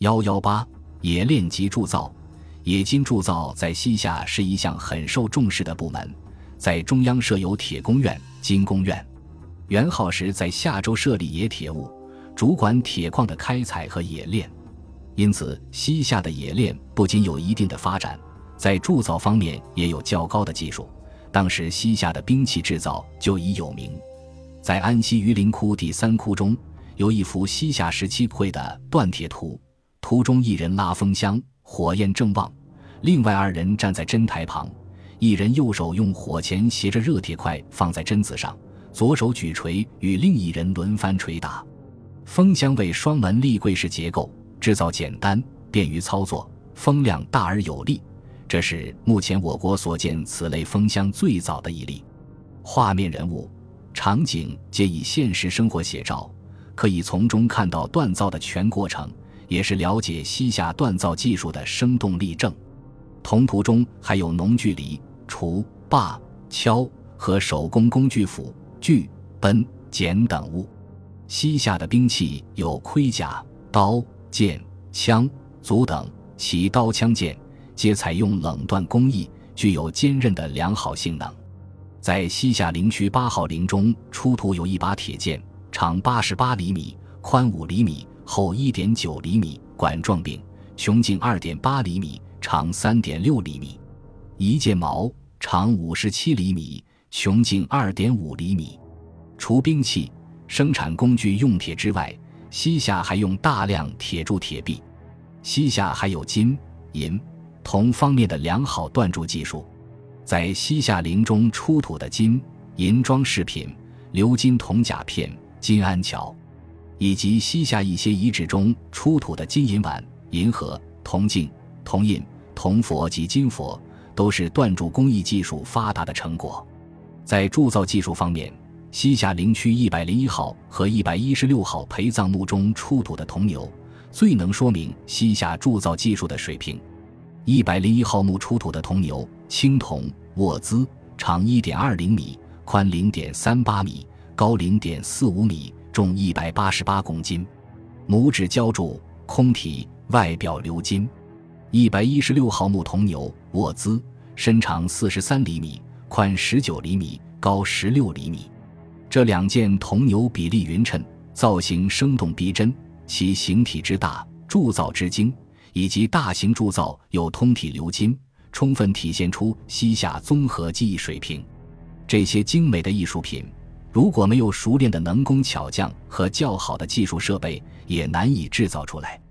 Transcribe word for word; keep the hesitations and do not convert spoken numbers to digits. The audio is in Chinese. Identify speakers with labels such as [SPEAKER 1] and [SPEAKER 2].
[SPEAKER 1] 一一八冶炼及铸造。冶金铸造在西夏是一项很受重视的部门，在中央设有铁工院、金工院。元昊时在夏州设立冶铁务，主管铁矿的开采和冶炼。因此西夏的冶炼不仅有一定的发展，在铸造方面也有较高的技术。当时西夏的兵器制造就已有名。在安西榆林窟第三窟中有一幅西夏时期绘的锻铁图，图中一人拉风箱，火焰正旺，另外二人站在针台旁，一人右手用火钳携着热铁块放在针子上，左手举锤与另一人轮番捶打。风箱为双门立柜式结构，制造简单，便于操作，风量大而有力，这是目前我国所见此类风箱最早的一例。画面人物、场景皆以现实生活写照，可以从中看到锻造的全过程，也是了解西夏锻造技术的生动例证。铜图中还有农具犁、锄、把、锹和手工工具斧、锯、奔、剪等物。西夏的兵器有盔甲、刀、剑、枪、卒等，其刀枪剑皆采用冷锻工艺，具有坚韧的良好性能。在西夏陵区八号陵中出土有一把铁剑，长八十八厘米，宽五厘米，厚 一点九厘米，管状柄，穹径 二点八厘米，长 三点六厘米。一剑矛，长五十七厘米，穹径 二点五厘米。除兵器、生产工具用铁之外，西夏还用大量铁铸铁壁。西夏还有金、银、铜方面的良好锻铸技术。在西夏陵中出土的金、银装饰品、鎏金铜甲片、金鞍桥，以及西夏一些遗址中出土的金银碗、银盒、铜镜、铜印、铜佛及金佛，都是锻铸工艺技术发达的成果。在铸造技术方面，西夏陵区一百零一号和一百一十六号陪葬墓中出土的铜牛，最能说明西夏铸造技术的水平。一百零一号墓出土的铜牛，青铜，卧姿，长 一点二零米，宽 零点三八米，高 零点四五米，重一百八十八公斤。拇指浇铸，空体，外表鎏金。一百一十六号墓铜牛，卧姿，身长四十三厘米，宽十九厘米，高十六厘米。这两件铜牛比例匀称，造型生动逼真，其形体之大，铸造之精，以及大型铸造有通体鎏金，充分体现出西夏综合技艺水平。这些精美的艺术品，如果没有熟练的能工巧匠和较好的技术设备，也难以制造出来。